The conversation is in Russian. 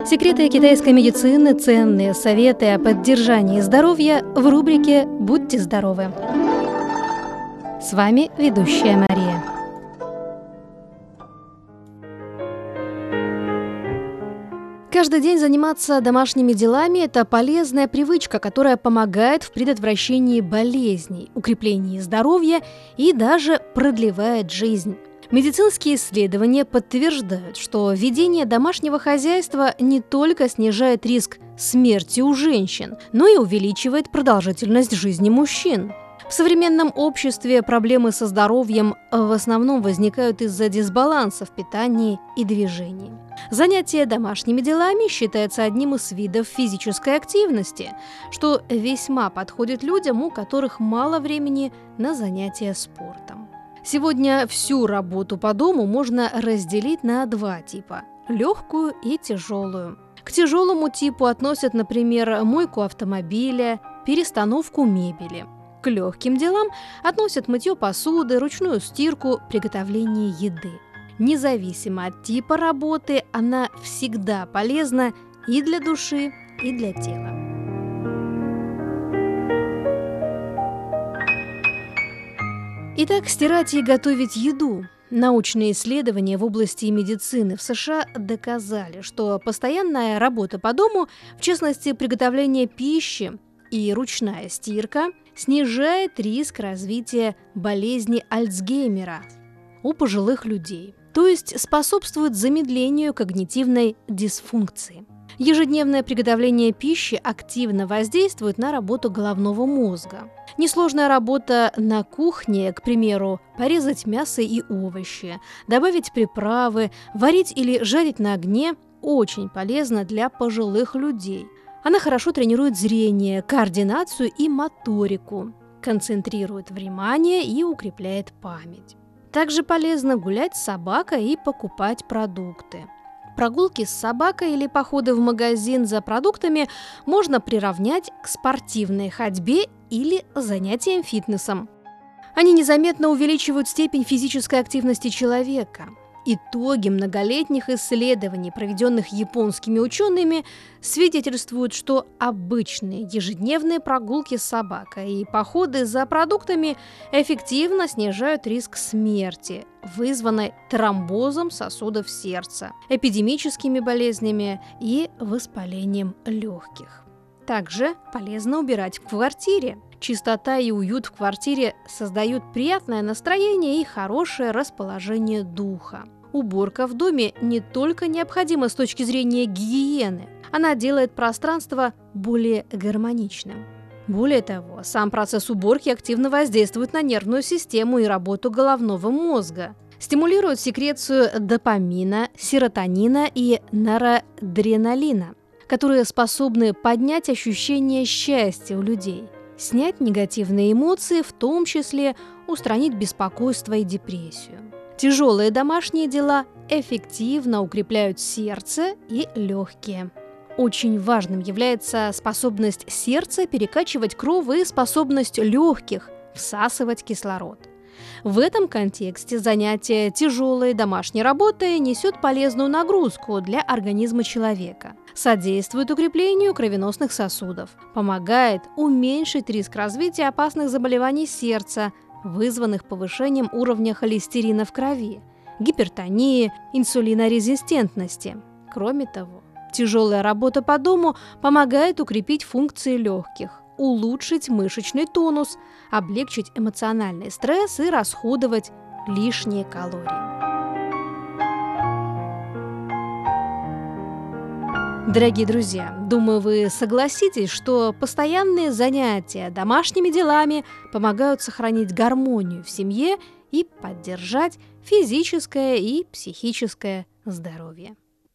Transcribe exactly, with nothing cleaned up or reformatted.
Секреты китайской медицины, ценные советы о поддержании здоровья в рубрике «Будьте здоровы». С вами ведущая Мария. Каждый день заниматься домашними делами – это полезная привычка, которая помогает в предотвращении болезней, укреплении здоровья и даже продлевает жизнь. Медицинские исследования подтверждают, что ведение домашнего хозяйства не только снижает риск смерти у женщин, но и увеличивает продолжительность жизни мужчин. В современном обществе проблемы со здоровьем в основном возникают из-за дисбаланса в питании и движении. Занятие домашними делами считается одним из видов физической активности, что весьма подходит людям, у которых мало времени на занятия спортом. Сегодня всю работу по дому можно разделить на два типа – легкую и тяжелую. К тяжелому типу относят, например, мойку автомобиля, перестановку мебели. К легким делам относят мытье посуды, ручную стирку, приготовление еды. Независимо от типа работы, она всегда полезна и для души, и для тела. Итак, стирать и готовить еду. Научные исследования в области медицины в США доказали, что постоянная работа по дому, в частности, приготовление пищи и ручная стирка, снижает риск развития болезни Альцгеймера у пожилых людей, то есть способствует замедлению когнитивной дисфункции. Ежедневное приготовление пищи активно воздействует на работу головного мозга. Несложная работа на кухне, к примеру, порезать мясо и овощи, добавить приправы, варить или жарить на огне, очень полезна для пожилых людей. Она хорошо тренирует зрение, координацию и моторику, концентрирует внимание и укрепляет память. Также полезно гулять с собакой и покупать продукты. Прогулки с собакой или походы в магазин за продуктами можно приравнять к спортивной ходьбе или занятиям фитнесом. Они незаметно увеличивают степень физической активности человека. Итоги многолетних исследований, проведенных японскими учеными, свидетельствуют, что обычные ежедневные прогулки с собакой и походы за продуктами эффективно снижают риск смерти, вызванной тромбозом сосудов сердца, эпидемическими болезнями и воспалением легких. Также полезно убирать в квартире. Чистота и уют в квартире создают приятное настроение и хорошее расположение духа. Уборка в доме не только необходима с точки зрения гигиены, она делает пространство более гармоничным. Более того, сам процесс уборки активно воздействует на нервную систему и работу головного мозга, стимулирует секрецию допамина, серотонина и норадреналина, которые способны поднять ощущение счастья у людей, снять негативные эмоции, в том числе устранить беспокойство и депрессию. Тяжелые домашние дела эффективно укрепляют сердце и легкие. Очень важным является способность сердца перекачивать кровь и способность легких всасывать кислород. В этом контексте занятие тяжелой домашней работой несет полезную нагрузку для организма человека, содействует укреплению кровеносных сосудов, помогает уменьшить риск развития опасных заболеваний сердца, вызванных повышением уровня холестерина в крови, гипертонии, инсулинорезистентности. Кроме того, тяжелая работа по дому помогает укрепить функции легких, улучшить мышечный тонус, облегчить эмоциональный стресс и расходовать лишние калории. Дорогие друзья, думаю, вы согласитесь, что постоянные занятия домашними делами помогают сохранить гармонию в семье и поддержать физическое и психическое здоровье.